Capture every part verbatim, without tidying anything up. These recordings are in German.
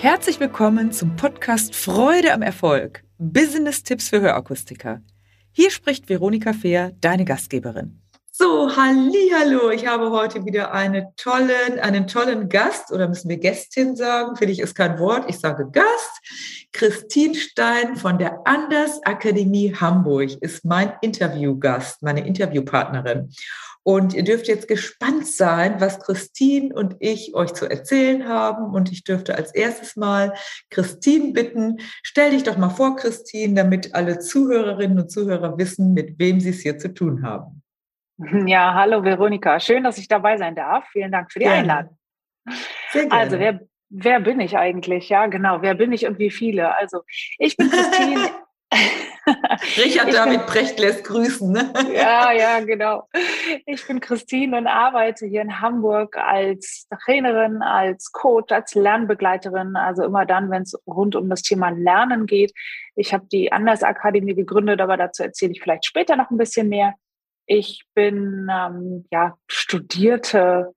Herzlich willkommen zum Podcast Freude am Erfolg. Business-Tipps für Hörakustiker. Hier spricht Veronika Fehr, deine Gastgeberin. So, hallihallo, ich habe heute wieder eine tollen, einen tollen Gast, oder müssen wir Gästin sagen? Finde ich, ist kein Wort, ich sage Gast. Christine Stein von der Anders Akademie Hamburg ist mein Interviewgast, meine Interviewpartnerin. Und ihr dürft jetzt gespannt sein, was Christine und ich euch zu erzählen haben. Und ich dürfte als erstes mal Christine bitten, stell dich doch mal vor, Christine, damit alle Zuhörerinnen und Zuhörer wissen, mit wem sie es hier zu tun haben. Ja, hallo Veronika, schön, dass ich dabei sein darf. Vielen Dank für die Gerne. Einladung. Sehr gerne. Also, wer, wer bin ich eigentlich? Ja, genau, wer bin ich und wie viele? Also, ich bin Christine. Richard ich David bin, Precht lässt grüßen, ne? Ja, ja, genau. Ich bin Christine und arbeite hier in Hamburg als Trainerin, als Coach, als Lernbegleiterin. Also immer dann, wenn es rund um das Thema Lernen geht. Ich habe die Anders Akademie gegründet, aber dazu erzähle ich vielleicht später noch ein bisschen mehr. Ich bin ähm, ja studierte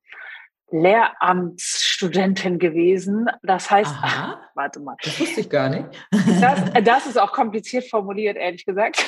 Lehramtsstudentin gewesen. Das heißt, Aha, warte mal. Das wusste ich gar nicht. Das, das ist auch kompliziert formuliert, ehrlich gesagt.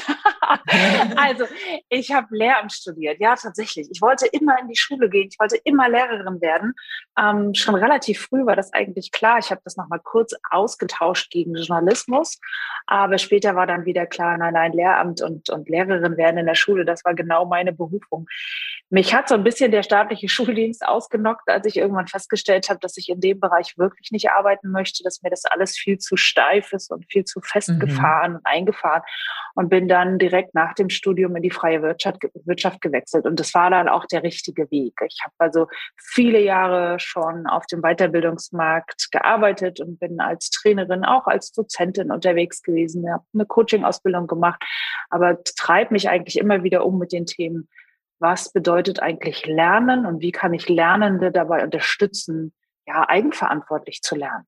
Also, ich habe Lehramt studiert. Ja, tatsächlich. Ich wollte immer in die Schule gehen. Ich wollte immer Lehrerin werden. Ähm, schon relativ früh war das eigentlich klar. Ich habe das nochmal kurz ausgetauscht gegen Journalismus. Aber später war dann wieder klar, nein, nein, Lehramt und, und Lehrerin werden in der Schule, das war genau meine Berufung. Mich hat so ein bisschen der staatliche Schuldienst ausgenockt, als ich irgendwann festgestellt habe, dass ich in dem Bereich wirklich nicht arbeiten möchte, dass mir das alles viel zu steif ist und viel zu festgefahren mhm. und eingefahren, und bin dann direkt nach dem Studium in die freie Wirtschaft, Wirtschaft gewechselt. Und das war dann auch der richtige Weg. Ich habe also viele Jahre schon auf dem Weiterbildungsmarkt gearbeitet und bin als Trainerin, auch als Dozentin unterwegs gewesen. Ich habe eine Coaching-Ausbildung gemacht, aber treibe mich eigentlich immer wieder um mit den Themen, was bedeutet eigentlich Lernen und wie kann ich Lernende dabei unterstützen, ja, eigenverantwortlich zu lernen.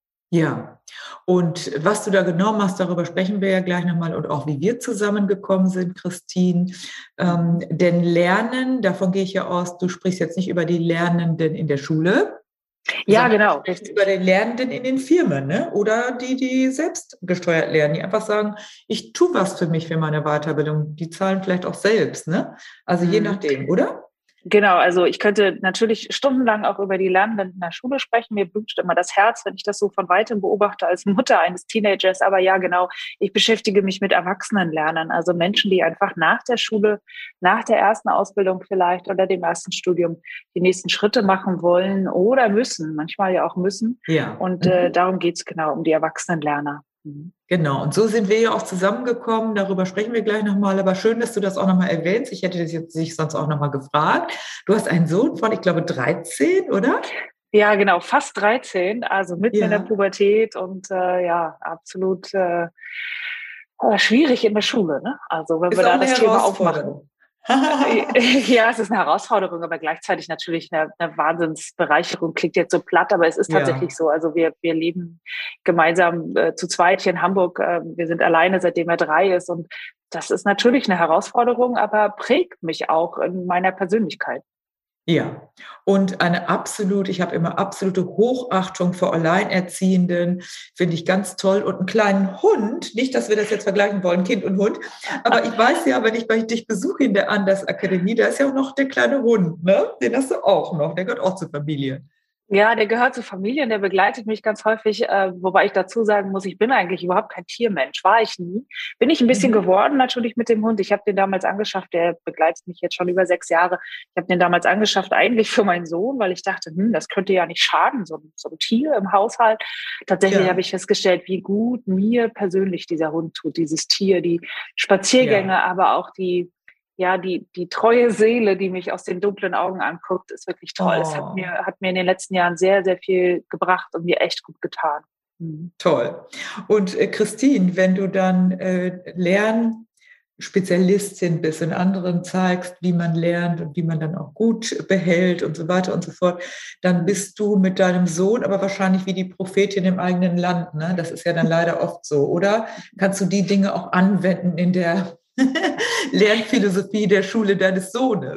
Ja, und was du da genau machst, darüber sprechen wir ja gleich nochmal, und auch wie wir zusammengekommen sind, Christine. Ähm, denn Lernen, davon gehe ich ja aus, du sprichst jetzt nicht über die Lernenden in der Schule. Ja, genau. Über den Lernenden in den Firmen, ne? Oder die, die selbst gesteuert lernen, die einfach sagen, ich tue was für mich, für meine Weiterbildung. Die zahlen vielleicht auch selbst, ne? Also je nachdem, oder? Genau, also ich könnte natürlich stundenlang auch über die Lernenden in der Schule sprechen. Mir blutet immer das Herz, wenn ich das so von weitem beobachte als Mutter eines Teenagers. Aber ja, genau, ich beschäftige mich mit Erwachsenenlernern, also Menschen, die einfach nach der Schule, nach der ersten Ausbildung vielleicht oder dem ersten Studium die nächsten Schritte machen wollen oder müssen, manchmal ja auch müssen. Ja. Und äh, darum geht's genau, um die Erwachsenenlerner. Genau, und so sind wir ja auch zusammengekommen, darüber sprechen wir gleich nochmal, aber schön, dass du das auch nochmal erwähnst. Ich hätte das jetzt sich sonst auch nochmal gefragt. Du hast einen Sohn von, ich glaube, dreizehn, oder? Ja, genau, fast dreizehn, also mitten ja. in der Pubertät und äh, ja, absolut äh, schwierig in der Schule, ne? Also wenn Ist wir da das Thema aufmachen. Ja, es ist eine Herausforderung, aber gleichzeitig natürlich eine, eine Wahnsinnsbereicherung. Klingt jetzt so platt, aber es ist tatsächlich ja. so. Also wir, wir leben gemeinsam äh, zu zweit hier in Hamburg. Äh, wir sind alleine, seitdem er drei ist. Und das ist natürlich eine Herausforderung, aber prägt mich auch in meiner Persönlichkeit. Ja, und eine absolute, ich habe immer absolute Hochachtung vor Alleinerziehenden, finde ich ganz toll. Und einen kleinen Hund, nicht, dass wir das jetzt vergleichen wollen, Kind und Hund, aber ich weiß ja, wenn ich bei dich besuche in der Anders Akademie, da ist ja auch noch der kleine Hund, ne? Den hast du auch noch, der gehört auch zur Familie. Ja, der gehört zur Familie und der begleitet mich ganz häufig, äh, wobei ich dazu sagen muss, ich bin eigentlich überhaupt kein Tiermensch, war ich nie. Bin ich ein bisschen mhm. geworden natürlich mit dem Hund. Ich habe den damals angeschafft, der begleitet mich jetzt schon über sechs Jahre. Ich habe den damals angeschafft eigentlich für meinen Sohn, weil ich dachte, hm, das könnte ja nicht schaden, so, so ein Tier im Haushalt. Tatsächlich ja. habe ich festgestellt, wie gut mir persönlich dieser Hund tut, dieses Tier, die Spaziergänge, ja. aber auch die Ja, die, die treue Seele, die mich aus den dunklen Augen anguckt, ist wirklich toll. Oh. Es hat mir, hat mir in den letzten Jahren sehr, sehr viel gebracht und mir echt gut getan. Mhm. Toll. Und äh, Christine, wenn du dann äh, Lernspezialistin bist und anderen zeigst, wie man lernt und wie man dann auch gut behält und so weiter und so fort, dann bist du mit deinem Sohn aber wahrscheinlich wie die Prophetin im eigenen Land, ne? Das ist ja dann leider oft so, oder? Kannst du die Dinge auch anwenden in der Lernphilosophie der Schule deines Sohnes?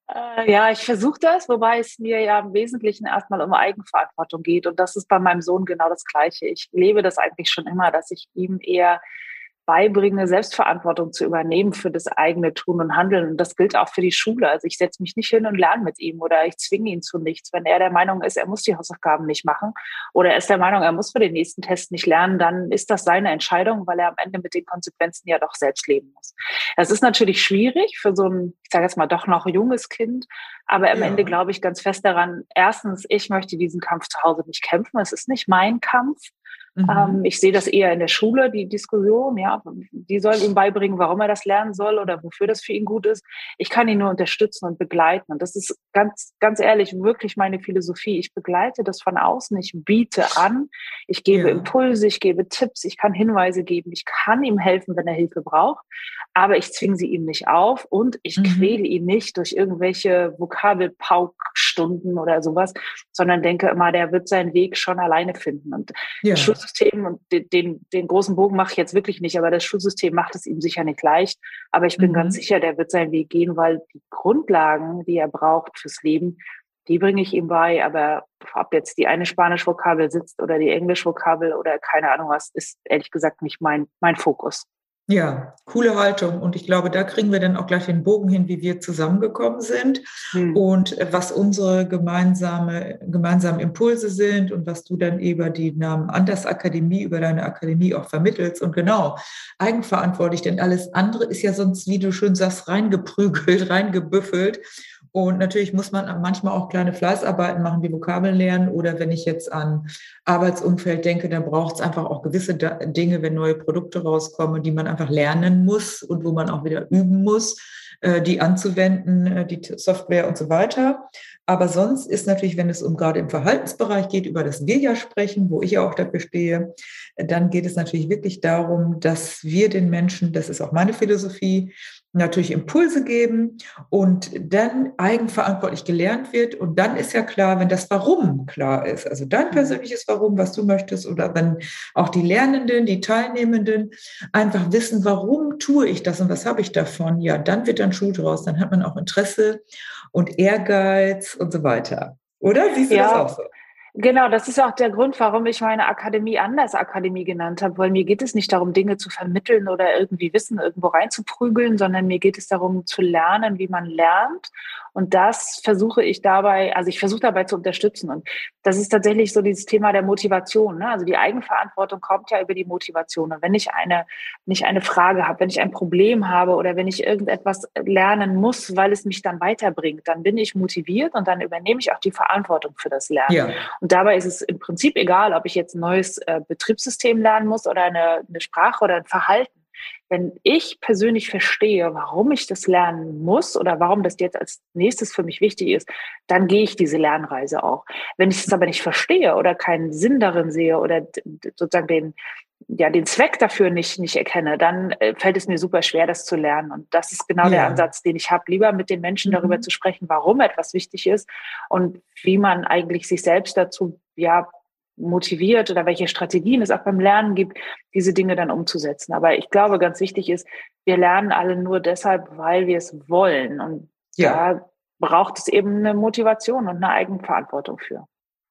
Äh, ja, ich versuche das, wobei es mir ja im Wesentlichen erstmal um Eigenverantwortung geht. Und das ist bei meinem Sohn genau das Gleiche. Ich lebe das eigentlich schon immer, dass ich ihm eher beibringe, Selbstverantwortung zu übernehmen für das eigene Tun und Handeln. Und das gilt auch für die Schule. Also ich setze mich nicht hin und lerne mit ihm oder ich zwinge ihn zu nichts. Wenn er der Meinung ist, er muss die Hausaufgaben nicht machen oder er ist der Meinung, er muss für den nächsten Test nicht lernen, dann ist das seine Entscheidung, weil er am Ende mit den Konsequenzen ja doch selbst leben muss. Das ist natürlich schwierig für so ein, ich sage jetzt mal, doch noch junges Kind. Aber am Ja. Ende glaube ich ganz fest daran, erstens, ich möchte diesen Kampf zu Hause nicht kämpfen. Es ist nicht mein Kampf. Mhm. Ähm, ich sehe das eher in der Schule, die Diskussion, ja, die soll ihm beibringen, warum er das lernen soll oder wofür das für ihn gut ist. Ich kann ihn nur unterstützen und begleiten. Und das ist ganz, ganz ehrlich wirklich meine Philosophie. Ich begleite das von außen, ich biete an, ich gebe Ja. Impulse, ich gebe Tipps, ich kann Hinweise geben, ich kann ihm helfen, wenn er Hilfe braucht, aber ich zwinge sie ihm nicht auf und ich Mhm. quäle ihn nicht durch irgendwelche Vokabelpaukstunden oder sowas, sondern denke immer, der wird seinen Weg schon alleine finden. Und Ja. das Schulsystem, und den, den, den großen Bogen mache ich jetzt wirklich nicht, aber das Schulsystem macht es ihm sicher nicht leicht. Aber ich bin Mhm. ganz sicher, der wird seinen Weg gehen, weil die Grundlagen, die er braucht fürs Leben, die bringe ich ihm bei. Aber ob jetzt die eine Spanisch-Vokabel sitzt oder die Englisch-Vokabel oder keine Ahnung was, ist ehrlich gesagt nicht mein, mein Fokus. Ja, coole Haltung. Und ich glaube, da kriegen wir dann auch gleich den Bogen hin, wie wir zusammengekommen sind Hm. und was unsere gemeinsame, gemeinsamen Impulse sind und was du dann über die Namen Anders Akademie, über deine Akademie auch vermittelst. Und genau, eigenverantwortlich, denn alles andere ist ja sonst, wie du schön sagst, reingeprügelt, reingebüffelt. Und natürlich muss man manchmal auch kleine Fleißarbeiten machen, wie Vokabeln lernen. Oder wenn ich jetzt an Arbeitsumfeld denke, dann braucht es einfach auch gewisse Dinge, wenn neue Produkte rauskommen, die man einfach lernen muss und wo man auch wieder üben muss, die anzuwenden, die Software und so weiter. Aber sonst ist natürlich, wenn es um gerade im Verhaltensbereich geht, über das wir ja sprechen, wo ich ja auch dafür stehe, dann geht es natürlich wirklich darum, dass wir den Menschen, das ist auch meine Philosophie, natürlich Impulse geben und dann eigenverantwortlich gelernt wird. Und dann ist ja klar, wenn das Warum klar ist, also dein persönliches Warum, was du möchtest, oder wenn auch die Lernenden, die Teilnehmenden einfach wissen, warum tue ich das und was habe ich davon, ja, dann wird dann Schuh draus, dann hat man auch Interesse und Ehrgeiz und so weiter. Oder? Siehst du Ja. das auch so? Genau, das ist auch der Grund, warum ich meine Akademie Anders Akademie genannt habe, weil mir geht es nicht darum, Dinge zu vermitteln oder irgendwie Wissen irgendwo reinzuprügeln, sondern mir geht es darum, zu lernen, wie man lernt. Und das versuche ich dabei, also ich versuche dabei zu unterstützen. Und das ist tatsächlich so dieses Thema der Motivation, ne? Also die Eigenverantwortung kommt ja über die Motivation. Und wenn ich eine, nicht eine Frage habe, wenn ich ein Problem habe oder wenn ich irgendetwas lernen muss, weil es mich dann weiterbringt, dann bin ich motiviert und dann übernehme ich auch die Verantwortung für das Lernen. Ja. Und dabei ist es im Prinzip egal, ob ich jetzt ein neues äh, Betriebssystem lernen muss oder eine, eine Sprache oder ein Verhalten. Wenn ich persönlich verstehe, warum ich das lernen muss oder warum das jetzt als nächstes für mich wichtig ist, dann gehe ich diese Lernreise auch. Wenn ich es aber nicht verstehe oder keinen Sinn darin sehe oder sozusagen den, ja, den Zweck dafür nicht, nicht erkenne, dann äh, fällt es mir super schwer, das zu lernen. Und das ist genau Ja. der Ansatz, den ich habe, lieber mit den Menschen Mhm. darüber zu sprechen, warum etwas wichtig ist und wie man eigentlich sich selbst dazu, ja, motiviert oder welche Strategien es auch beim Lernen gibt, diese Dinge dann umzusetzen. Aber ich glaube, ganz wichtig ist, wir lernen alle nur deshalb, weil wir es wollen. Und Ja. da braucht es eben eine Motivation und eine Eigenverantwortung für.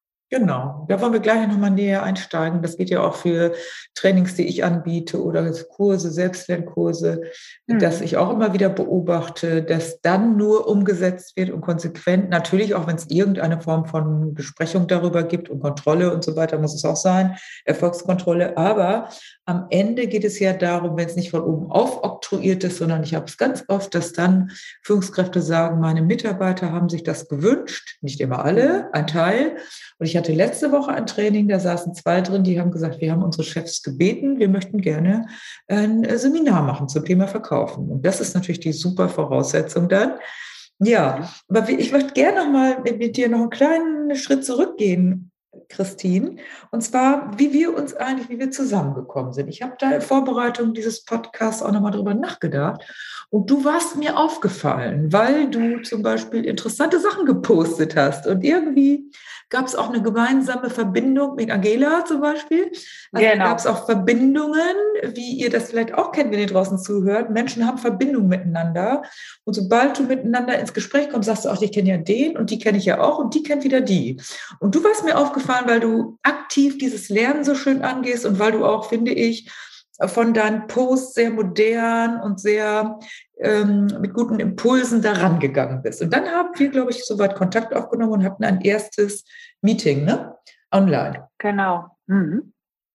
Genau, da wollen wir gleich nochmal näher einsteigen. Das geht ja auch für Trainings, die ich anbiete oder Kurse, Selbstlernkurse, Hm. dass ich auch immer wieder beobachte, dass dann nur umgesetzt wird und konsequent, natürlich auch wenn es irgendeine Form von Besprechung darüber gibt und Kontrolle und so weiter, muss es auch sein, Erfolgskontrolle. Aber am Ende geht es ja darum, wenn es nicht von oben aufoktroyiert ist, sondern ich habe es ganz oft, dass dann Führungskräfte sagen, meine Mitarbeiter haben sich das gewünscht, nicht immer alle, ein Teil. Und ich hatte letzte Woche ein Training, da saßen zwei drin, die haben gesagt, wir haben unsere Chefs gebeten, wir möchten gerne ein Seminar machen zum Thema Verkaufen. Und das ist natürlich die super Voraussetzung dann. Ja, aber ich möchte gerne noch mal mit dir noch einen kleinen Schritt zurückgehen. Christine, und zwar, wie wir uns eigentlich, wie wir zusammengekommen sind. Ich habe da in Vorbereitung dieses Podcasts auch nochmal drüber nachgedacht und du warst mir aufgefallen, weil du zum Beispiel interessante Sachen gepostet hast und irgendwie gab es auch eine gemeinsame Verbindung mit Angela zum Beispiel. Also Genau. da gab es auch Verbindungen, wie ihr das vielleicht auch kennt, wenn ihr draußen zuhört. Menschen haben Verbindungen miteinander und sobald du miteinander ins Gespräch kommst, sagst du auch, ich kenne ja den und die kenne ich ja auch und die kennt wieder die. Und du warst mir aufgefallen, weil du aktiv dieses Lernen so schön angehst und weil du auch, finde ich, von deinen Posts sehr modern und sehr ähm, mit guten Impulsen daran gegangen bist. Und dann haben wir, glaube ich, soweit Kontakt aufgenommen und hatten ein erstes Meeting, ne? Online. Genau. Mhm.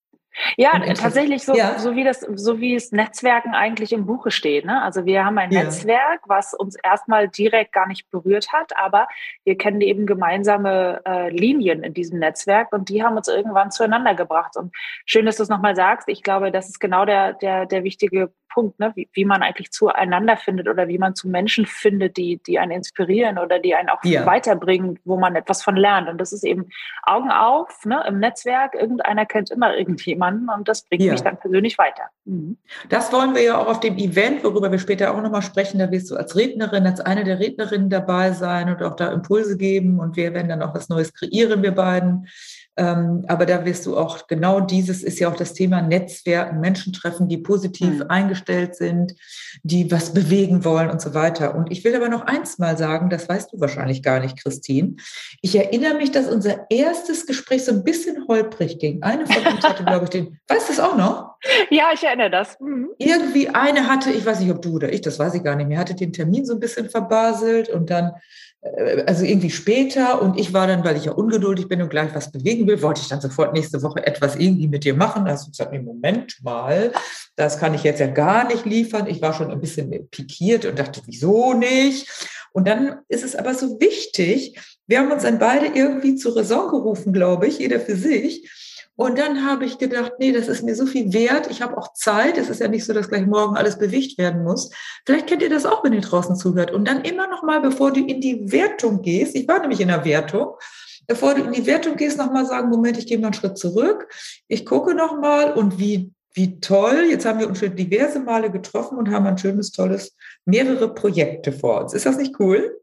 Ja, tatsächlich so, ja. so wie das, so wie es Netzwerken eigentlich im Buche steht. Ne? Also wir haben ein ja. Netzwerk, was uns erstmal direkt gar nicht berührt hat, aber wir kennen eben gemeinsame äh, Linien in diesem Netzwerk und die haben uns irgendwann zueinander gebracht. Und schön, dass du es nochmal sagst. Ich glaube, das ist genau der, der, der wichtige Punkt, ne? wie, wie man eigentlich zueinander findet oder wie man zu Menschen findet, die, die einen inspirieren oder die einen auch ja. weiterbringen, wo man etwas von lernt. Und das ist eben Augen auf, ne? Im Netzwerk. Irgendeiner kennt immer irgendjemanden. Und das bringt ja. mich dann persönlich weiter. Mhm. Das wollen wir ja auch auf dem Event, worüber wir später auch nochmal sprechen. Da wirst du als Rednerin, als eine der Rednerinnen dabei sein und auch da Impulse geben. Und wir werden dann auch was Neues kreieren, wir beiden. Ähm, aber da wirst du auch, genau dieses ist ja auch das Thema Netzwerken, Menschen treffen, die positiv mhm. eingestellt sind, die was bewegen wollen und so weiter. Und ich will aber noch eins mal sagen, das weißt du wahrscheinlich gar nicht, Christine. Ich erinnere mich, dass unser erstes Gespräch so ein bisschen holprig ging. Eine von uns hatte, glaube ich, den, weißt du das auch noch? Ja, ich erinnere das. Mhm. Irgendwie eine hatte, ich weiß nicht, ob du oder ich, das weiß ich gar nicht mehr, hatte den Termin so ein bisschen verbaselt und dann also irgendwie später und ich war dann, weil ich ja ungeduldig bin und gleich was bewegen will, wollte ich dann sofort nächste Woche etwas irgendwie mit dir machen. Da hast du gesagt, nee, Moment mal, das kann ich jetzt ja gar nicht liefern. Ich war schon ein bisschen pikiert und dachte, wieso nicht? Und dann ist es aber so wichtig, wir haben uns dann beide irgendwie zur Raison gerufen, glaube ich, jeder für sich. Und dann habe ich gedacht, nee, das ist mir so viel wert. Ich habe auch Zeit. Es ist ja nicht so, dass gleich morgen alles bewegt werden muss. Vielleicht kennt ihr das auch, wenn ihr draußen zuhört. Und dann immer noch mal, bevor du in die Wertung gehst, ich war nämlich in der Wertung, bevor du in die Wertung gehst, noch mal sagen, Moment, ich gehe mal einen Schritt zurück. Ich gucke noch mal und wie, wie toll. Jetzt haben wir uns schon diverse Male getroffen und haben ein schönes, tolles, mehrere Projekte vor uns. Ist das nicht cool?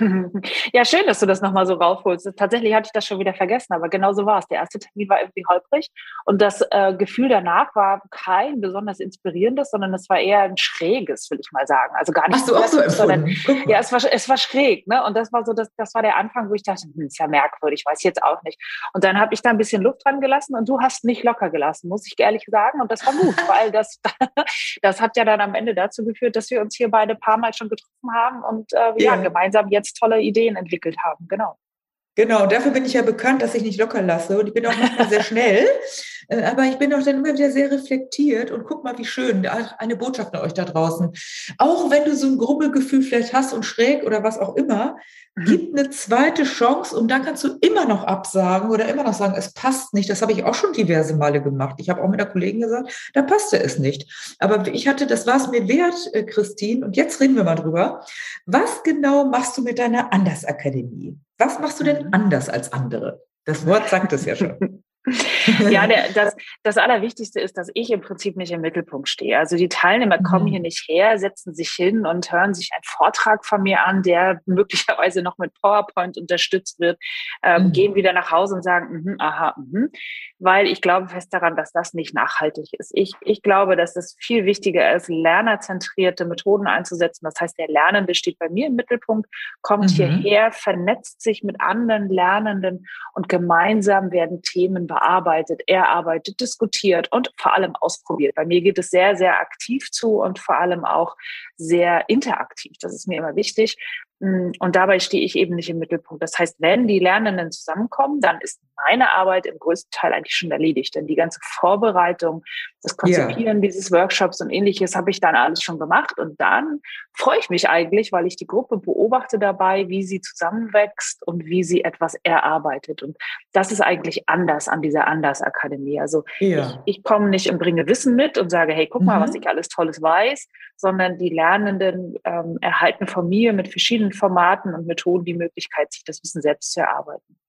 Ja, schön, dass du das nochmal so raufholst. Tatsächlich hatte ich das schon wieder vergessen, aber genau so war es. Der erste Termin war irgendwie holprig und das äh, Gefühl danach war kein besonders inspirierendes, sondern es war eher ein schräges, will ich mal sagen. Also gar nicht. Hast du auch so empfunden? Sondern, ja, es war, es war schräg, ne? Und das war so, das, das war der Anfang, wo ich dachte, hm, ist ja merkwürdig, weiß ich jetzt auch nicht. Und dann habe ich da ein bisschen Luft dran gelassen und du hast nicht locker gelassen, muss ich ehrlich sagen. Und das war gut, weil das, das hat ja dann am Ende dazu geführt, dass wir uns hier beide ein paar Mal schon getroffen haben und äh, ja, ja gemeinsam jetzt tolle Ideen entwickelt haben, genau. Genau, dafür bin ich ja bekannt, dass ich nicht locker lasse und ich bin auch manchmal sehr schnell, aber ich bin auch dann immer wieder sehr reflektiert und guck mal, wie schön, eine Botschaft an euch da draußen. Auch wenn du so ein Grubbelgefühl vielleicht hast und schräg oder was auch immer, mhm. gib eine zweite Chance und dann kannst du immer noch absagen oder immer noch sagen, es passt nicht. Das habe ich auch schon diverse Male gemacht. Ich habe auch mit einer Kollegin gesagt, da passte es nicht. Aber ich hatte, das war es mir wert, Christine, und jetzt reden wir mal drüber. Was genau machst du mit deiner Andersakademie? Was machst du denn anders als andere? Das Wort sagt es ja schon. Ja, der, das, das Allerwichtigste ist, dass ich im Prinzip nicht im Mittelpunkt stehe. Also die Teilnehmer mhm. kommen hier nicht her, setzen sich hin und hören sich einen Vortrag von mir an, der möglicherweise noch mit PowerPoint unterstützt wird, ähm, mhm. gehen wieder nach Hause und sagen, mh, aha, mh, weil ich glaube fest daran, dass das nicht nachhaltig ist. Ich, ich glaube, dass es viel wichtiger ist, lernerzentrierte Methoden einzusetzen. Das heißt, der Lernende steht bei mir im Mittelpunkt, kommt mhm. hierher, vernetzt sich mit anderen Lernenden und gemeinsam werden Themen bearbeitet, erarbeitet, diskutiert und vor allem ausprobiert. Bei mir geht es sehr, sehr aktiv zu und vor allem auch sehr interaktiv. Das ist mir immer wichtig. Und dabei stehe ich eben nicht im Mittelpunkt. Das heißt, wenn die Lernenden zusammenkommen, dann ist meine Arbeit im größten Teil eigentlich schon erledigt. Denn die ganze Vorbereitung, das Konzipieren yeah. dieses Workshops und Ähnliches habe ich dann alles schon gemacht. Und dann freue ich mich eigentlich, weil ich die Gruppe beobachte dabei, wie sie zusammenwächst und wie sie etwas erarbeitet. Und das ist eigentlich anders an dieser Andersakademie. Also yeah. ich, ich komme nicht und bringe Wissen mit und sage, hey, guck mal, mhm. was ich alles Tolles weiß, sondern die Lernenden ähm, erhalten von mir mit verschiedenen Formaten und Methoden die Möglichkeit, sich das Wissen selbst zu erarbeiten.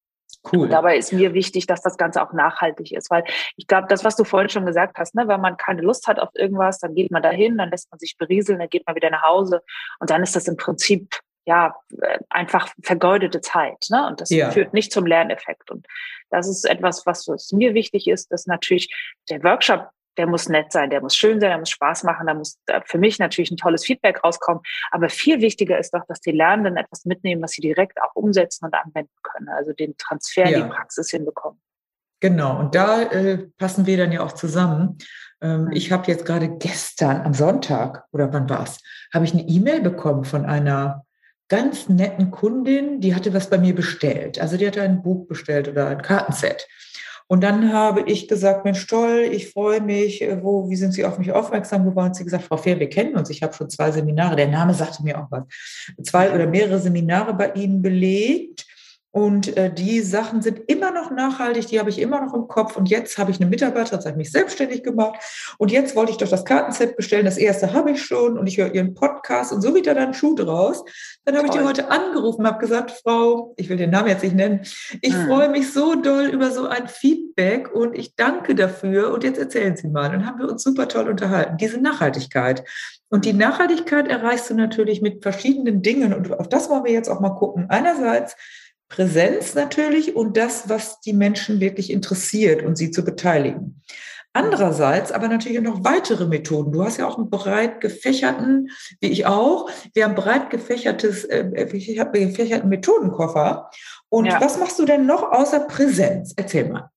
Cool. Und dabei ist mir wichtig, dass das Ganze auch nachhaltig ist, weil ich glaube, das, was du vorhin schon gesagt hast, ne, wenn man keine Lust hat auf irgendwas, dann geht man dahin, dann lässt man sich berieseln, dann geht man wieder nach Hause und dann ist das im Prinzip ja einfach vergeudete Zeit, ne? Und das ja. führt nicht zum Lerneffekt. Und das ist etwas, was, was mir wichtig ist, dass natürlich der Workshop, der muss nett sein, der muss schön sein, der muss Spaß machen, da muss für mich natürlich ein tolles Feedback rauskommen. Aber viel wichtiger ist doch, dass die Lernenden etwas mitnehmen, was sie direkt auch umsetzen und anwenden können. Also den Transfer in ja. die Praxis hinbekommen. Genau, und da äh, passen wir dann ja auch zusammen. Ähm, mhm. Ich habe jetzt gerade gestern am Sonntag, oder wann war es, habe ich eine E-Mail bekommen von einer ganz netten Kundin, die hatte was bei mir bestellt. Also die hatte ein Buch bestellt oder ein Kartenset. Und dann habe ich gesagt, Mensch, toll, ich freue mich, wo, wie sind Sie auf mich aufmerksam geworden? Sie gesagt, Frau Fehr, wir kennen uns, ich habe schon zwei Seminare, der Name sagte mir auch was, zwei oder mehrere Seminare bei Ihnen belegt. Und äh, die Sachen sind immer noch nachhaltig, die habe ich immer noch im Kopf. Und jetzt habe ich eine Mitarbeiterin, das habe ich mich selbstständig gemacht. Und jetzt wollte ich doch das Kartenset bestellen. Das erste habe ich schon und ich höre Ihren Podcast und so wird da dann Schuh draus. Dann habe ich die heute angerufen und habe gesagt, Frau, ich will den Namen jetzt nicht nennen, ich hm. freue mich so doll über so ein Feedback und ich danke dafür. Und jetzt erzählen Sie mal. Dann haben wir uns super toll unterhalten. Diese Nachhaltigkeit. Und die Nachhaltigkeit erreichst du natürlich mit verschiedenen Dingen. Und auf das wollen wir jetzt auch mal gucken. Einerseits Präsenz natürlich und das, was die Menschen wirklich interessiert und sie zu beteiligen. Andererseits aber natürlich noch weitere Methoden. Du hast ja auch einen breit gefächerten, wie ich auch, wir haben breit gefächertes, äh, ich habe einen gefächerten Methodenkoffer. Und ja. was machst du denn noch außer Präsenz? Erzähl mal.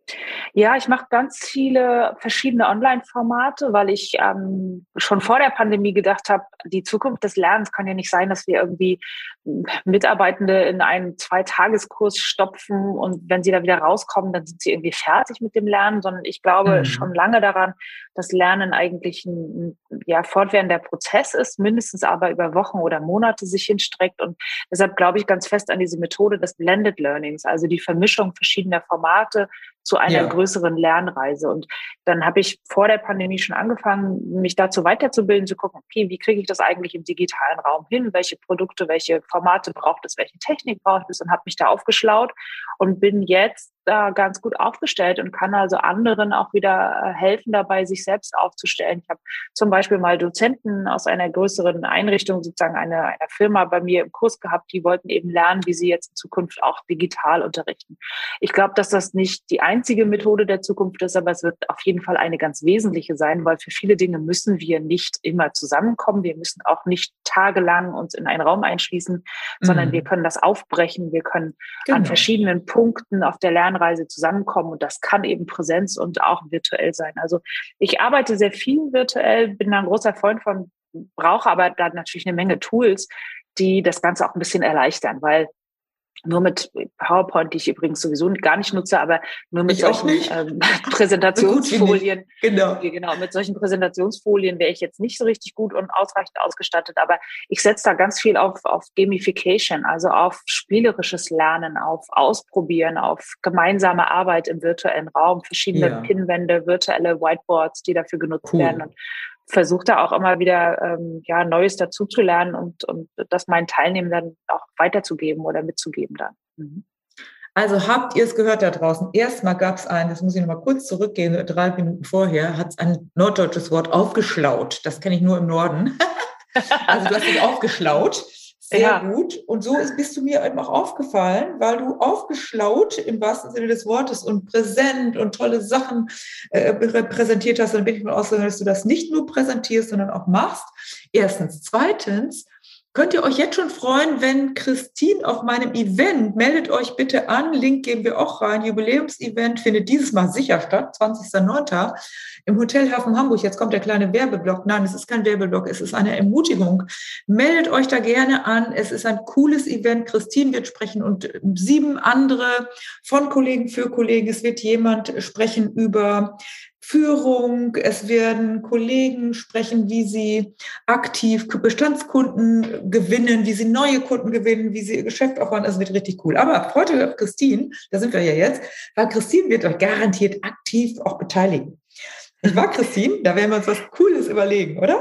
Ja, ich mache ganz viele verschiedene Online-Formate, weil ich ähm, schon vor der Pandemie gedacht habe, die Zukunft des Lernens kann ja nicht sein, dass wir irgendwie Mitarbeitende in einen Zweitageskurs stopfen und wenn sie da wieder rauskommen, dann sind sie irgendwie fertig mit dem Lernen, sondern ich glaube mhm. schon lange daran, dass Lernen eigentlich ein ja, fortwährender Prozess ist, mindestens aber über Wochen oder Monate sich hinstreckt und deshalb glaube ich ganz fest an diese Methode des Blended Learnings, also die Vermischung verschiedener Formate zu einer ja. größeren Lernreise. Und dann habe ich vor der Pandemie schon angefangen, mich dazu weiterzubilden, zu gucken, okay, wie kriege ich das eigentlich im digitalen Raum hin? Welche Produkte, welche Formate braucht es, welche Technik braucht es? Und habe mich da aufgeschlaut und bin jetzt da ganz gut aufgestellt und kann also anderen auch wieder helfen dabei, sich selbst aufzustellen. Ich habe zum Beispiel mal Dozenten aus einer größeren Einrichtung, sozusagen einer, einer Firma bei mir im Kurs gehabt, die wollten eben lernen, wie sie jetzt in Zukunft auch digital unterrichten. Ich glaube, dass das nicht die einzige Methode der Zukunft ist, aber es wird auf jeden Fall eine ganz wesentliche sein, weil für viele Dinge müssen wir nicht immer zusammenkommen. Wir müssen auch nicht tagelang uns in einen Raum einschließen, mhm. sondern wir können das aufbrechen. Wir können genau. an verschiedenen Punkten auf der Lernreise zusammenkommen und das kann eben Präsenz und auch virtuell sein. Also ich arbeite sehr viel virtuell, bin da ein großer Freund von, brauche aber da natürlich eine Menge Tools, die das Ganze auch ein bisschen erleichtern, weil nur mit PowerPoint, die ich übrigens sowieso gar nicht nutze, aber nur mit ich solchen ähm, Präsentationsfolien. Genau. Genau, mit solchen Präsentationsfolien wäre ich jetzt nicht so richtig gut und ausreichend ausgestattet, aber ich setze da ganz viel auf, auf Gamification, also auf spielerisches Lernen, auf Ausprobieren, auf gemeinsame Arbeit im virtuellen Raum, verschiedene ja. Pinwände, virtuelle Whiteboards, die dafür genutzt cool. werden und versuche da auch immer wieder ähm, ja Neues dazuzulernen und, und das meinen Teilnehmern auch weiterzugeben oder mitzugeben dann. Mhm. Also habt ihr es gehört da draußen? Erstmal gab es ein, das muss ich noch mal kurz zurückgehen, drei Minuten vorher, hat es ein norddeutsches Wort aufgeschlaut. Das kenne ich nur im Norden. Also du hast dich aufgeschlaut. Sehr ja. gut. Und so ist, bist du mir eben auch aufgefallen, weil du aufgeschlaut im wahrsten Sinne des Wortes und präsent und tolle Sachen äh, präsentiert hast. Dann bin ich mal ausgegangen, dass du das nicht nur präsentierst, sondern auch machst. Erstens. Zweitens, könnt ihr euch jetzt schon freuen, wenn Christine auf meinem Event, meldet euch bitte an, Link geben wir auch rein, Jubiläumsevent findet dieses Mal sicher statt, zwanzigster neunter im Hotelhafen Hamburg. Jetzt kommt der kleine Werbeblock. Nein, es ist kein Werbeblock, es ist eine Ermutigung. Meldet euch da gerne an, es ist ein cooles Event. Christine wird sprechen und sieben andere von Kollegen für Kollegen. Es wird jemand sprechen über Führung, es werden Kollegen sprechen, wie sie aktiv Bestandskunden gewinnen, wie sie neue Kunden gewinnen, wie sie ihr Geschäft aufbauen. Das wird richtig cool. Aber heute auf Christine, da sind wir ja jetzt, weil Christine wird euch garantiert aktiv auch beteiligen. Ich war Christine, da werden wir uns was Cooles überlegen, oder?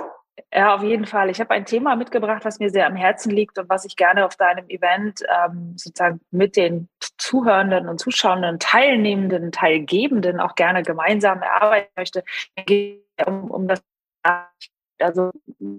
Ja, auf jeden Fall. Ich habe ein Thema mitgebracht, was mir sehr am Herzen liegt und was ich gerne auf deinem Event ähm, sozusagen mit den Zuhörenden und Zuschauenden, Teilnehmenden, Teilgebenden auch gerne gemeinsam erarbeiten möchte. Es geht um, um das, also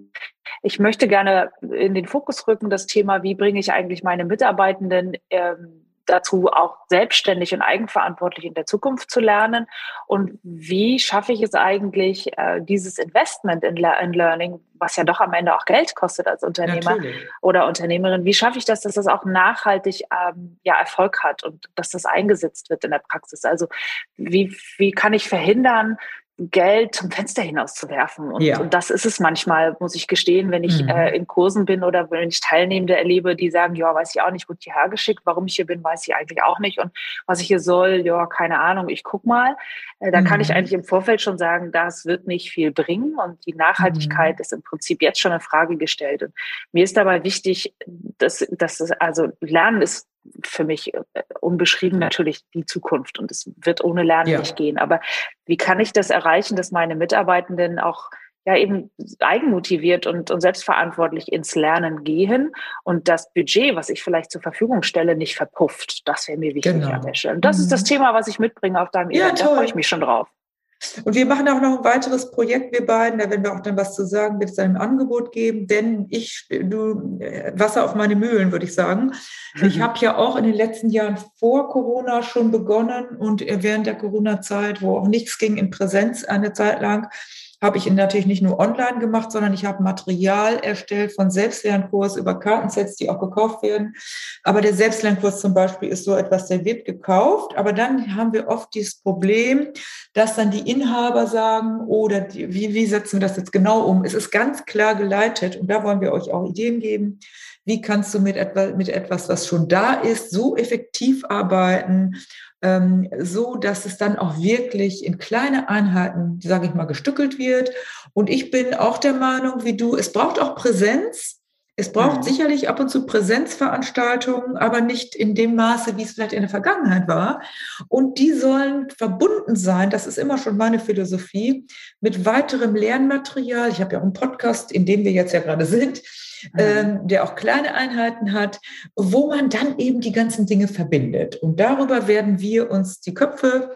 ich möchte gerne in den Fokus rücken, das Thema, wie bringe ich eigentlich meine Mitarbeitenden ähm, dazu, auch selbstständig und eigenverantwortlich in der Zukunft zu lernen? Und wie schaffe ich es eigentlich, äh, dieses Investment in, Le- in Learning, was ja doch am Ende auch Geld kostet als Unternehmer Natürlich. oder Unternehmerin, wie schaffe ich das, dass das auch nachhaltig ähm, ja, Erfolg hat und dass das eingesetzt wird in der Praxis? Also wie, wie kann ich verhindern, Geld zum Fenster hinaus zu werfen. Und, Ja. und das ist es manchmal, muss ich gestehen, wenn ich Mhm. äh, in Kursen bin oder wenn ich Teilnehmende erlebe, die sagen, ja, weiß ich auch nicht, wurde hierher geschickt, warum ich hier bin, weiß ich eigentlich auch nicht. Und was ich hier soll, ja, keine Ahnung, ich guck mal. Äh, da Mhm. kann ich eigentlich im Vorfeld schon sagen, das wird nicht viel bringen. Und die Nachhaltigkeit Mhm. ist im Prinzip jetzt schon in Frage gestellt. Und mir ist dabei wichtig, dass, dass es, also Lernen ist für mich unbeschrieben natürlich die Zukunft und es wird ohne Lernen Ja. nicht gehen. Aber wie kann ich das erreichen, dass meine Mitarbeitenden auch ja eben eigenmotiviert und, und selbstverantwortlich ins Lernen gehen und das Budget, was ich vielleicht zur Verfügung stelle, nicht verpufft? Das wäre mir wichtig Genau. an der Stelle. Und das Mhm. ist das Thema, was ich mitbringe auf deinem Ja, Event. Da toll. freue ich mich schon drauf. Und wir machen auch noch ein weiteres Projekt, wir beiden, da werden wir auch dann was zu sagen, wird es dann im Angebot geben, denn ich, du, Wasser auf meine Mühlen, würde ich sagen. Ich habe ja auch in den letzten Jahren vor Corona schon begonnen und während der Corona-Zeit, wo auch nichts ging in Präsenz eine Zeit lang, habe ich ihn natürlich nicht nur online gemacht, sondern ich habe Material erstellt von Selbstlernkurs über Kartensets, die auch gekauft werden. Aber der Selbstlernkurs zum Beispiel ist so etwas, der wird gekauft, aber dann haben wir oft dieses Problem, dass dann die Inhaber sagen, oder die, wie, wie setzen wir das jetzt genau um? Es ist ganz klar geleitet und da wollen wir euch auch Ideen geben. Wie kannst du mit, etwa, mit etwas, was schon da ist, so effektiv arbeiten, ähm, so dass es dann auch wirklich in kleine Einheiten, sage ich mal, gestückelt wird. Und ich bin auch der Meinung, wie du, es braucht auch Präsenz. Es braucht Mhm. sicherlich ab und zu Präsenzveranstaltungen, aber nicht in dem Maße, wie es vielleicht in der Vergangenheit war. Und die sollen verbunden sein, das ist immer schon meine Philosophie, mit weiterem Lernmaterial. Ich habe ja auch einen Podcast, in dem wir jetzt ja gerade sind, Mhm. ähm, der auch kleine Einheiten hat, wo man dann eben die ganzen Dinge verbindet. Und darüber werden wir uns die Köpfe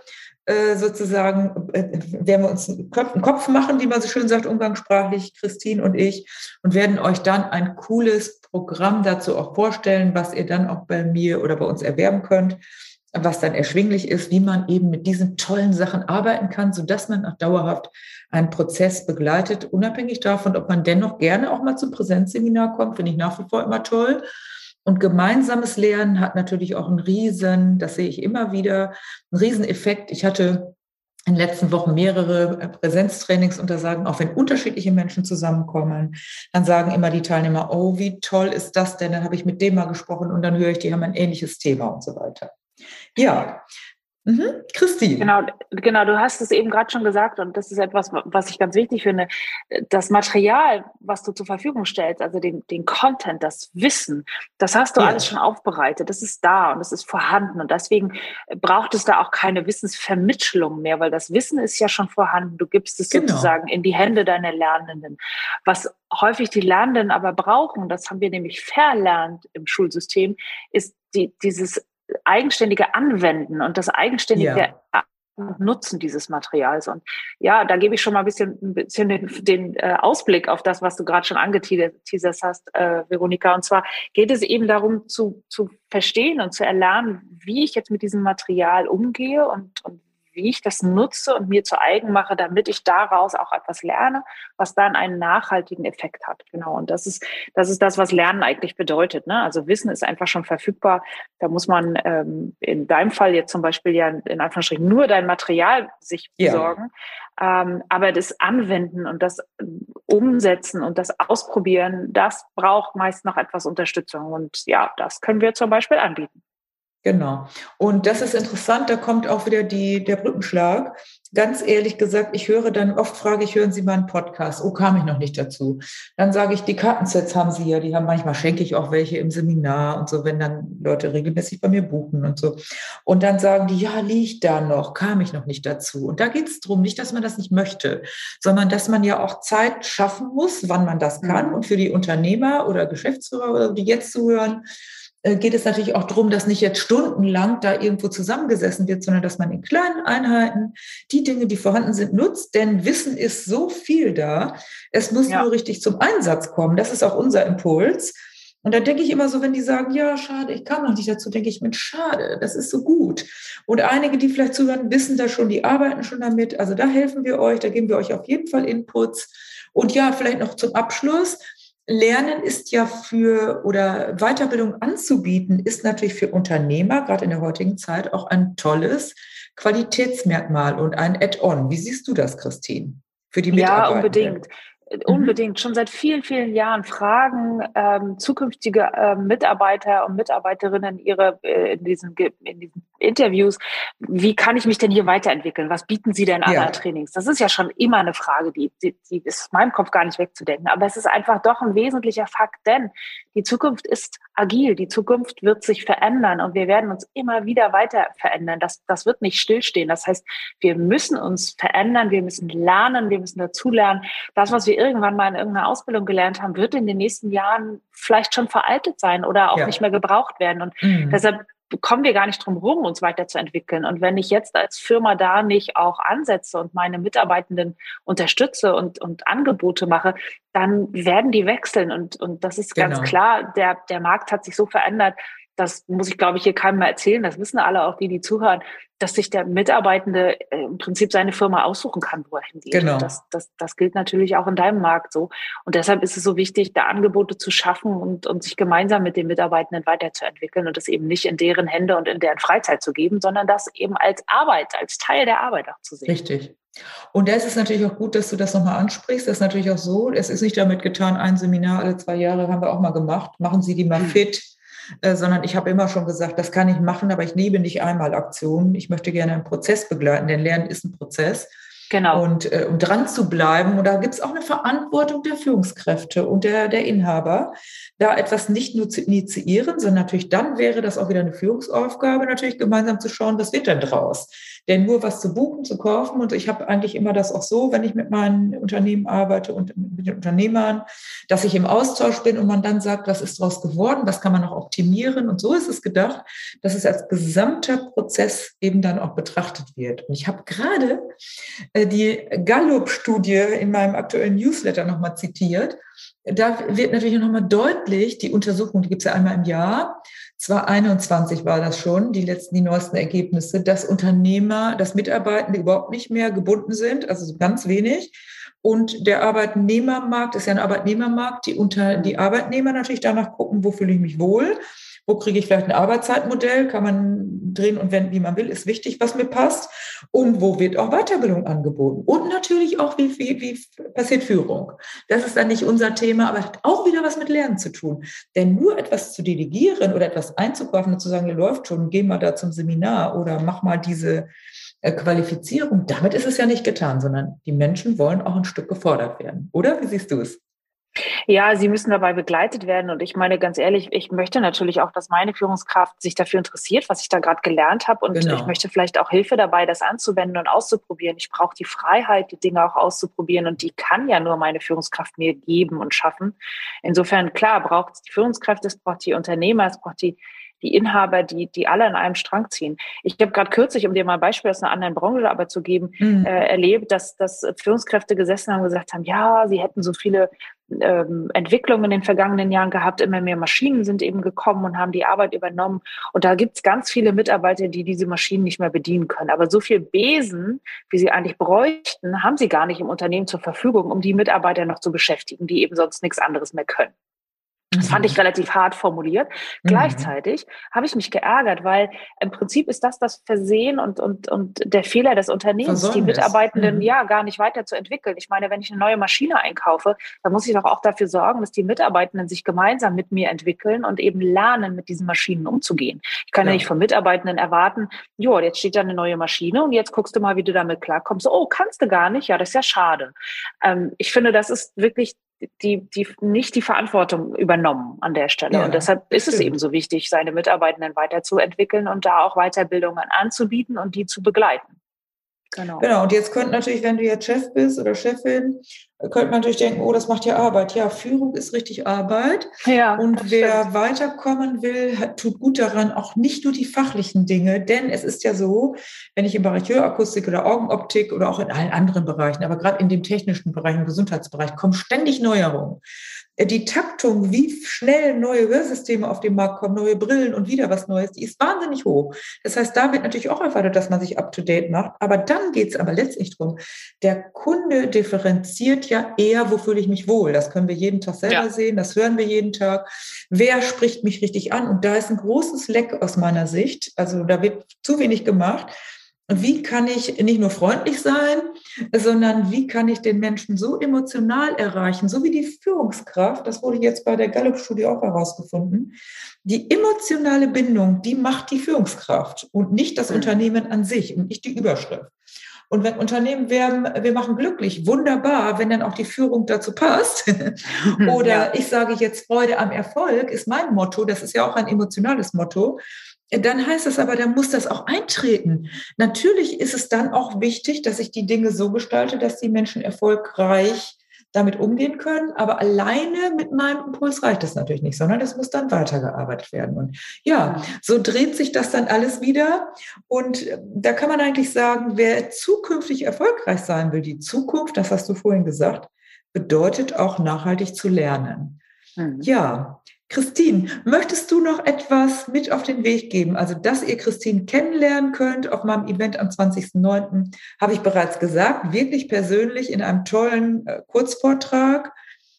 sozusagen, werden wir uns einen Kopf machen, wie man so schön sagt, umgangssprachlich, Christine und ich, und werden euch dann ein cooles Programm dazu auch vorstellen, was ihr dann auch bei mir oder bei uns erwerben könnt, was dann erschwinglich ist, wie man eben mit diesen tollen Sachen arbeiten kann, sodass man auch dauerhaft einen Prozess begleitet, unabhängig davon, ob man dennoch gerne auch mal zum Präsenzseminar kommt, finde ich nach wie vor immer toll. Und gemeinsames Lernen hat natürlich auch einen riesen, das sehe ich immer wieder, einen riesen Effekt. Ich hatte in den letzten Wochen mehrere Präsenztrainings und da sagen, auch wenn unterschiedliche Menschen zusammenkommen, dann sagen immer die Teilnehmer, oh, wie toll ist das denn? Dann habe ich mit dem mal gesprochen und dann höre ich, die haben ein ähnliches Thema und so weiter. Ja. Mhm. Christine. Genau, genau, du hast es eben gerade schon gesagt und das ist etwas, was ich ganz wichtig finde. Das Material, was du zur Verfügung stellst, also den, den Content, das Wissen, das hast du Ja. alles schon aufbereitet, das ist da und das ist vorhanden und deswegen braucht es da auch keine Wissensvermittlung mehr, weil das Wissen ist ja schon vorhanden. Du gibst es Genau. sozusagen in die Hände deiner Lernenden. Was häufig die Lernenden aber brauchen, das haben wir nämlich verlernt im Schulsystem, ist die, dieses eigenständige Anwenden und das eigenständige Ja. Nutzen dieses Materials. Und ja, da gebe ich schon mal ein bisschen, ein bisschen den, den äh, Ausblick auf das, was du gerade schon angeteasert hast, äh, Veronika. Und zwar geht es eben darum, zu, zu verstehen und zu erlernen, wie ich jetzt mit diesem Material umgehe und, und wie ich das nutze und mir zu eigen mache, damit ich daraus auch etwas lerne, was dann einen nachhaltigen Effekt hat. Genau. Und das ist, das ist das, was Lernen eigentlich bedeutet. Ne? Also Wissen ist einfach schon verfügbar. Da muss man ähm, in deinem Fall jetzt zum Beispiel ja in Anführungsstrichen nur dein Material sich besorgen. Ja. Ähm, aber das Anwenden und das Umsetzen und das Ausprobieren, das braucht meist noch etwas Unterstützung. Und ja, das können wir zum Beispiel anbieten. Genau. Und das ist interessant, da kommt auch wieder die, der Brückenschlag. ganz ehrlich gesagt, ich höre dann, oft frage ich, hören Sie mal einen Podcast? Oh, kam ich noch nicht dazu. Dann sage ich, die Kartensets haben Sie ja, die haben manchmal, schenke ich auch welche im Seminar und so, wenn dann Leute regelmäßig bei mir buchen und so. Und dann sagen die, ja, liegt da noch, kam ich noch nicht dazu. Und da geht es darum, nicht, dass man das nicht möchte, sondern dass man ja auch Zeit schaffen muss, wann man das kann. Und für die Unternehmer oder Geschäftsführer oder die jetzt zuhören, geht es natürlich auch darum, dass nicht jetzt stundenlang da irgendwo zusammengesessen wird, sondern dass man in kleinen Einheiten die Dinge, die vorhanden sind, nutzt. Denn Wissen ist so viel da. Es muss ja nur richtig zum Einsatz kommen. Das ist auch unser Impuls. Und da denke ich immer so, wenn die sagen, ja, schade, ich kam noch nicht dazu, denke ich, Mensch, schade, das ist so gut. Und einige, die vielleicht zuhören, wissen da schon, die arbeiten schon damit. Also da helfen wir euch, da geben wir euch auf jeden Fall Inputs. Und ja, vielleicht noch zum Abschluss. Lernen ist ja für, oder Weiterbildung anzubieten, ist natürlich für Unternehmer, gerade in der heutigen Zeit, auch ein tolles Qualitätsmerkmal und ein Add-on. Wie siehst du das, Christine, für die Mitarbeiter? Ja, unbedingt. Unbedingt. Schon seit vielen, vielen Jahren fragen ähm, zukünftige äh, Mitarbeiter und Mitarbeiterinnen ihre äh, in, diesen, in diesen Interviews, wie kann ich mich denn hier weiterentwickeln? Was bieten Sie denn an Ja. an Trainings? Das ist ja schon immer eine Frage, die, die, die ist aus meinem Kopf gar nicht wegzudenken. Aber es ist einfach doch ein wesentlicher Fakt, denn die Zukunft ist agil, die Zukunft wird sich verändern und wir werden uns immer wieder weiter verändern. Das, das wird nicht stillstehen. Das heißt, wir müssen uns verändern, wir müssen lernen, wir müssen dazulernen. Das, was wir irgendwann mal in irgendeiner Ausbildung gelernt haben, wird in den nächsten Jahren vielleicht schon veraltet sein oder auch ja. nicht mehr gebraucht werden. Und mhm. deshalb kommen wir gar nicht drum herum, uns weiterzuentwickeln. Und wenn ich jetzt als Firma da nicht auch ansetze und meine Mitarbeitenden unterstütze und, und Angebote mache, dann werden die wechseln. Und, und das ist ganz genau. klar, der, der Markt hat sich so verändert, das muss ich, glaube ich, hier keinem mehr erzählen, das wissen alle, auch die, die zuhören, dass sich der Mitarbeitende im Prinzip seine Firma aussuchen kann, wo er hingeht. Genau. Das, das, das gilt natürlich auch in deinem Markt so. Und deshalb ist es so wichtig, da Angebote zu schaffen und, und sich gemeinsam mit den Mitarbeitenden weiterzuentwickeln und das eben nicht in deren Hände und in deren Freizeit zu geben, sondern das eben als Arbeit, als Teil der Arbeit auch zu sehen. Richtig. Und da ist es natürlich auch gut, dass du das nochmal ansprichst. Das ist natürlich auch so, es ist nicht damit getan, ein Seminar alle zwei Jahre haben wir auch mal gemacht, machen Sie die mal mhm. fit. Äh, sondern ich habe immer schon gesagt, das kann ich machen, aber ich nehme nicht einmal Aktionen. Ich möchte gerne einen Prozess begleiten, denn Lernen ist ein Prozess. Genau. Und äh, um dran zu bleiben, und da gibt es auch eine Verantwortung der Führungskräfte und der, der Inhaber, da etwas nicht nur zu initiieren, sondern natürlich dann wäre das auch wieder eine Führungsaufgabe, natürlich gemeinsam zu schauen, was wird denn draus. Denn nur was zu buchen, zu kaufen, und ich habe eigentlich immer das auch so, wenn ich mit meinen Unternehmen arbeite und mit den Unternehmern, dass ich im Austausch bin und man dann sagt, was ist daraus geworden, was kann man noch optimieren, und so ist es gedacht, dass es als gesamter Prozess eben dann auch betrachtet wird. Und ich habe gerade äh, die Gallup-Studie in meinem aktuellen Newsletter nochmal zitiert. Da wird natürlich nochmal deutlich, die Untersuchung, die gibt es ja einmal im Jahr, zweitausendeinundzwanzig war das schon, die letzten, die neuesten Ergebnisse, dass Unternehmer, dass Mitarbeitende überhaupt nicht mehr gebunden sind, also so ganz wenig. Und der Arbeitnehmermarkt ist ja ein Arbeitnehmermarkt, die unter die Arbeitnehmer natürlich danach gucken, wo fühle ich mich wohl, wo kriege ich vielleicht ein Arbeitszeitmodell, kann man drehen und wenden, wie man will, ist wichtig, was mir passt. Und wo wird auch Weiterbildung angeboten? Und natürlich auch, wie, wie, wie passiert Führung? Das ist dann nicht unser Thema, aber hat auch wieder was mit Lernen zu tun. Denn nur etwas zu delegieren oder etwas einzukaufen und zu sagen, ihr läuft schon, geh mal da zum Seminar oder mach mal diese äh, Qualifizierung, damit ist es ja nicht getan, sondern die Menschen wollen auch ein Stück gefordert werden. Oder? Wie siehst du es? Ja, sie müssen dabei begleitet werden. Und ich meine, ganz ehrlich, ich möchte natürlich auch, dass meine Führungskraft sich dafür interessiert, was ich da gerade gelernt habe. Und genau. ich möchte vielleicht auch Hilfe dabei, das anzuwenden und auszuprobieren. Ich brauche die Freiheit, die Dinge auch auszuprobieren. Und die kann ja nur meine Führungskraft mir geben und schaffen. Insofern, klar, braucht es die Führungskräfte, es braucht die Unternehmer, es braucht die die Inhaber, die die alle an einem Strang ziehen. Ich habe gerade kürzlich, um dir mal ein Beispiel aus einer anderen Branche aber zu geben, mhm. äh, erlebt, dass, dass Führungskräfte gesessen haben und gesagt haben, ja, sie hätten so viele ähm, Entwicklungen in den vergangenen Jahren gehabt, immer mehr Maschinen sind eben gekommen und haben die Arbeit übernommen. Und da gibt es ganz viele Mitarbeiter, die diese Maschinen nicht mehr bedienen können. Aber so viel Besen, wie sie eigentlich bräuchten, haben sie gar nicht im Unternehmen zur Verfügung, um die Mitarbeiter noch zu beschäftigen, die eben sonst nichts anderes mehr können. Das fand ich Mhm. relativ hart formuliert. Mhm. Gleichzeitig habe ich mich geärgert, weil im Prinzip ist das das Versehen und, und, und der Fehler des Unternehmens, die Versäumnis. Mitarbeitenden Mhm. ja gar nicht weiterzuentwickeln. Ich meine, wenn ich eine neue Maschine einkaufe, dann muss ich doch auch dafür sorgen, dass die Mitarbeitenden sich gemeinsam mit mir entwickeln und eben lernen, mit diesen Maschinen umzugehen. Ich kann ja nicht Klar. von Mitarbeitenden erwarten, jo, jetzt steht da eine neue Maschine und jetzt guckst du mal, wie du damit klarkommst. Oh, kannst du gar nicht? Ja, das ist ja schade. Ähm, ich finde, das ist wirklich die, die nicht die Verantwortung übernommen an der Stelle. Und Ja, deshalb das ist es eben stimmt. so wichtig, seine Mitarbeitenden weiterzuentwickeln und da auch Weiterbildungen anzubieten und die zu begleiten. Genau. Genau, und jetzt könnte natürlich, wenn du jetzt Chef bist oder Chefin, könnte man natürlich denken, oh, das macht ja Arbeit. Ja, Führung ist richtig Arbeit. Ja, Und das stimmt. wer weiterkommen will, hat, tut gut daran, auch nicht nur die fachlichen Dinge. Denn es ist ja so, wenn ich im Bereich Hörakustik oder Augenoptik oder auch in allen anderen Bereichen, aber gerade in dem technischen Bereich, im Gesundheitsbereich, kommen ständig Neuerungen. Die Taktung, wie schnell neue Hörsysteme auf den Markt kommen, neue Brillen und wieder was Neues, die ist wahnsinnig hoch. Das heißt, da wird natürlich auch erwartet, dass man sich up-to-date macht. Aber dann geht es aber letztlich darum, der Kunde differenziert ja eher, wo fühle ich mich wohl. Das können wir jeden Tag selber Ja. sehen, das hören wir jeden Tag. Wer spricht mich richtig an? Und da ist ein großes Leck aus meiner Sicht. Also da wird zu wenig gemacht. Wie kann ich nicht nur freundlich sein, sondern wie kann ich den Menschen so emotional erreichen, so wie die Führungskraft, das wurde jetzt bei der Gallup-Studie auch herausgefunden, die emotionale Bindung, die macht die Führungskraft und nicht das Mhm. Unternehmen an sich und nicht die Überschrift. Und wenn Unternehmen werben, wir machen glücklich, wunderbar, wenn dann auch die Führung dazu passt. Oder Ja. ich sage jetzt, Freude am Erfolg ist mein Motto, das ist ja auch ein emotionales Motto. Dann heißt es aber, dann muss das auch eintreten. Natürlich ist es dann auch wichtig, dass ich die Dinge so gestalte, dass die Menschen erfolgreich damit umgehen können. Aber alleine mit meinem Impuls reicht das natürlich nicht, sondern es muss dann weitergearbeitet werden. Und ja, so dreht sich das dann alles wieder. Und da kann man eigentlich sagen, wer zukünftig erfolgreich sein will, die Zukunft, das hast du vorhin gesagt, bedeutet auch nachhaltig zu lernen. Mhm. Ja, Christine, möchtest du noch etwas mit auf den Weg geben? Also, dass ihr Christine kennenlernen könnt auf meinem Event am zwanzigsten neunten habe ich bereits gesagt, wirklich persönlich in einem tollen äh, Kurzvortrag.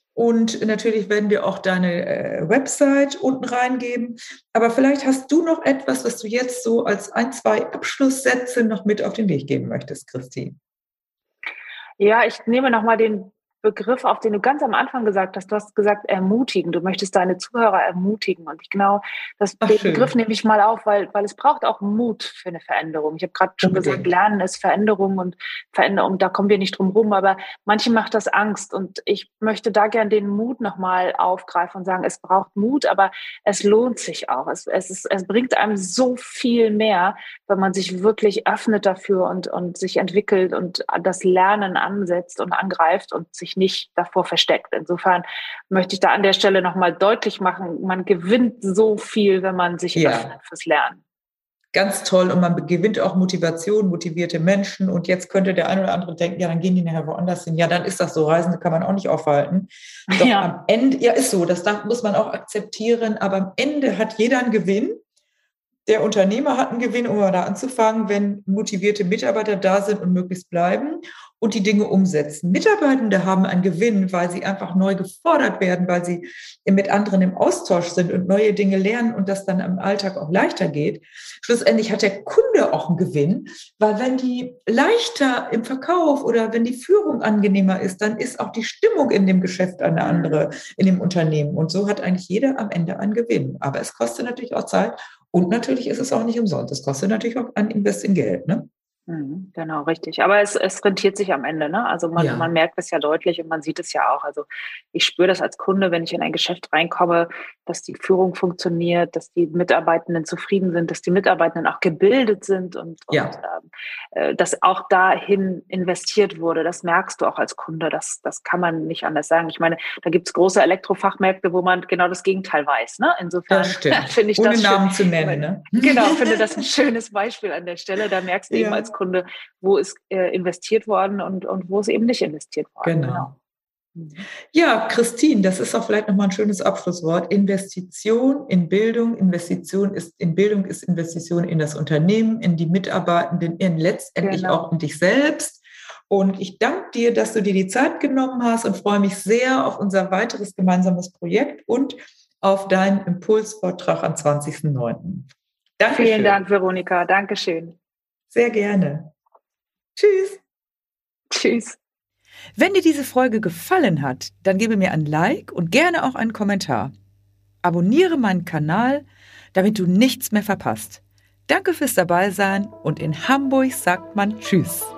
Und natürlich werden wir auch deine äh, Website unten reingeben. Aber vielleicht hast du noch etwas, was du jetzt so als ein, zwei Abschlusssätze noch mit auf den Weg geben möchtest, Christine. Ja, ich nehme nochmal den Begriff, auf den du ganz am Anfang gesagt hast. Du hast gesagt, ermutigen. Du möchtest deine Zuhörer ermutigen. Und ich genau, das, Ach, den schön. Begriff nehme ich mal auf, weil, weil es braucht auch Mut für eine Veränderung. Ich habe gerade schon gesagt, Unbedingt. Lernen ist Veränderung und Veränderung, da kommen wir nicht drum rum. Aber manchen macht das Angst. Und ich möchte da gern den Mut nochmal aufgreifen und sagen, es braucht Mut, aber es lohnt sich auch. Es, es, ist, es bringt einem so viel mehr, wenn man sich wirklich öffnet dafür und, und sich entwickelt und das Lernen ansetzt und angreift und sich nicht davor versteckt. Insofern möchte ich da an der Stelle nochmal deutlich machen, man gewinnt so viel, wenn man sich Ja. öffnet fürs Lernen. Ganz toll und man gewinnt auch Motivation, motivierte Menschen und jetzt könnte der ein oder andere denken, ja, dann gehen die nachher woanders hin. Ja, dann ist das so, Reisende kann man auch nicht aufhalten. Doch Ja. am Ende, ja, ist so, das muss man auch akzeptieren, aber am Ende hat jeder einen Gewinn. Der Unternehmer hat einen Gewinn, um mal da anzufangen, wenn motivierte Mitarbeiter da sind und möglichst bleiben und die Dinge umsetzen. Mitarbeitende haben einen Gewinn, weil sie einfach neu gefordert werden, weil sie mit anderen im Austausch sind und neue Dinge lernen und das dann im Alltag auch leichter geht. Schlussendlich hat der Kunde auch einen Gewinn, weil wenn die leichter im Verkauf oder wenn die Führung angenehmer ist, dann ist auch die Stimmung in dem Geschäft eine andere, in dem Unternehmen. Und so hat eigentlich jeder am Ende einen Gewinn. Aber es kostet natürlich auch Zeit. Und natürlich ist es auch nicht umsonst. Es kostet natürlich auch ein Invest in Geld, ne? Mhm, genau, richtig. Aber es, es rentiert sich am Ende, ne? Also man, Ja. man merkt es ja deutlich und man sieht es ja auch. Also ich spüre das als Kunde, wenn ich in ein Geschäft reinkomme, dass die Führung funktioniert, dass die Mitarbeitenden zufrieden sind, dass die Mitarbeitenden auch gebildet sind und, und Ja. äh, dass auch dahin investiert wurde. Das merkst du auch als Kunde. Das, das kann man nicht anders sagen. Ich meine, da gibt es große Elektrofachmärkte, wo man genau das Gegenteil weiß, ne? Insofern Das stimmt. finde ich Ohne das Namen schön. zu nennen, ne? Genau, finde das ein schönes Beispiel an der Stelle. Da merkst du Ja. eben als Kunde, wo ist äh, investiert worden und, und wo ist eben nicht investiert worden. Genau. Genau. Ja, Christine, das ist auch vielleicht nochmal ein schönes Abschlusswort. Investition in Bildung, Investition ist in Bildung ist Investition in das Unternehmen, in die Mitarbeitenden, in letztendlich Genau. auch in dich selbst. Und ich danke dir, dass du dir die Zeit genommen hast und freue mich sehr auf unser weiteres gemeinsames Projekt und auf deinen Impulsvortrag am zwanzigsten neunten Dankeschön. Vielen Dank, Veronika. Dankeschön. Sehr gerne. Tschüss. Tschüss. Wenn dir diese Folge gefallen hat, dann gebe mir ein Like und gerne auch einen Kommentar. Abonniere meinen Kanal, damit du nichts mehr verpasst. Danke fürs Dabeisein und in Hamburg sagt man Tschüss.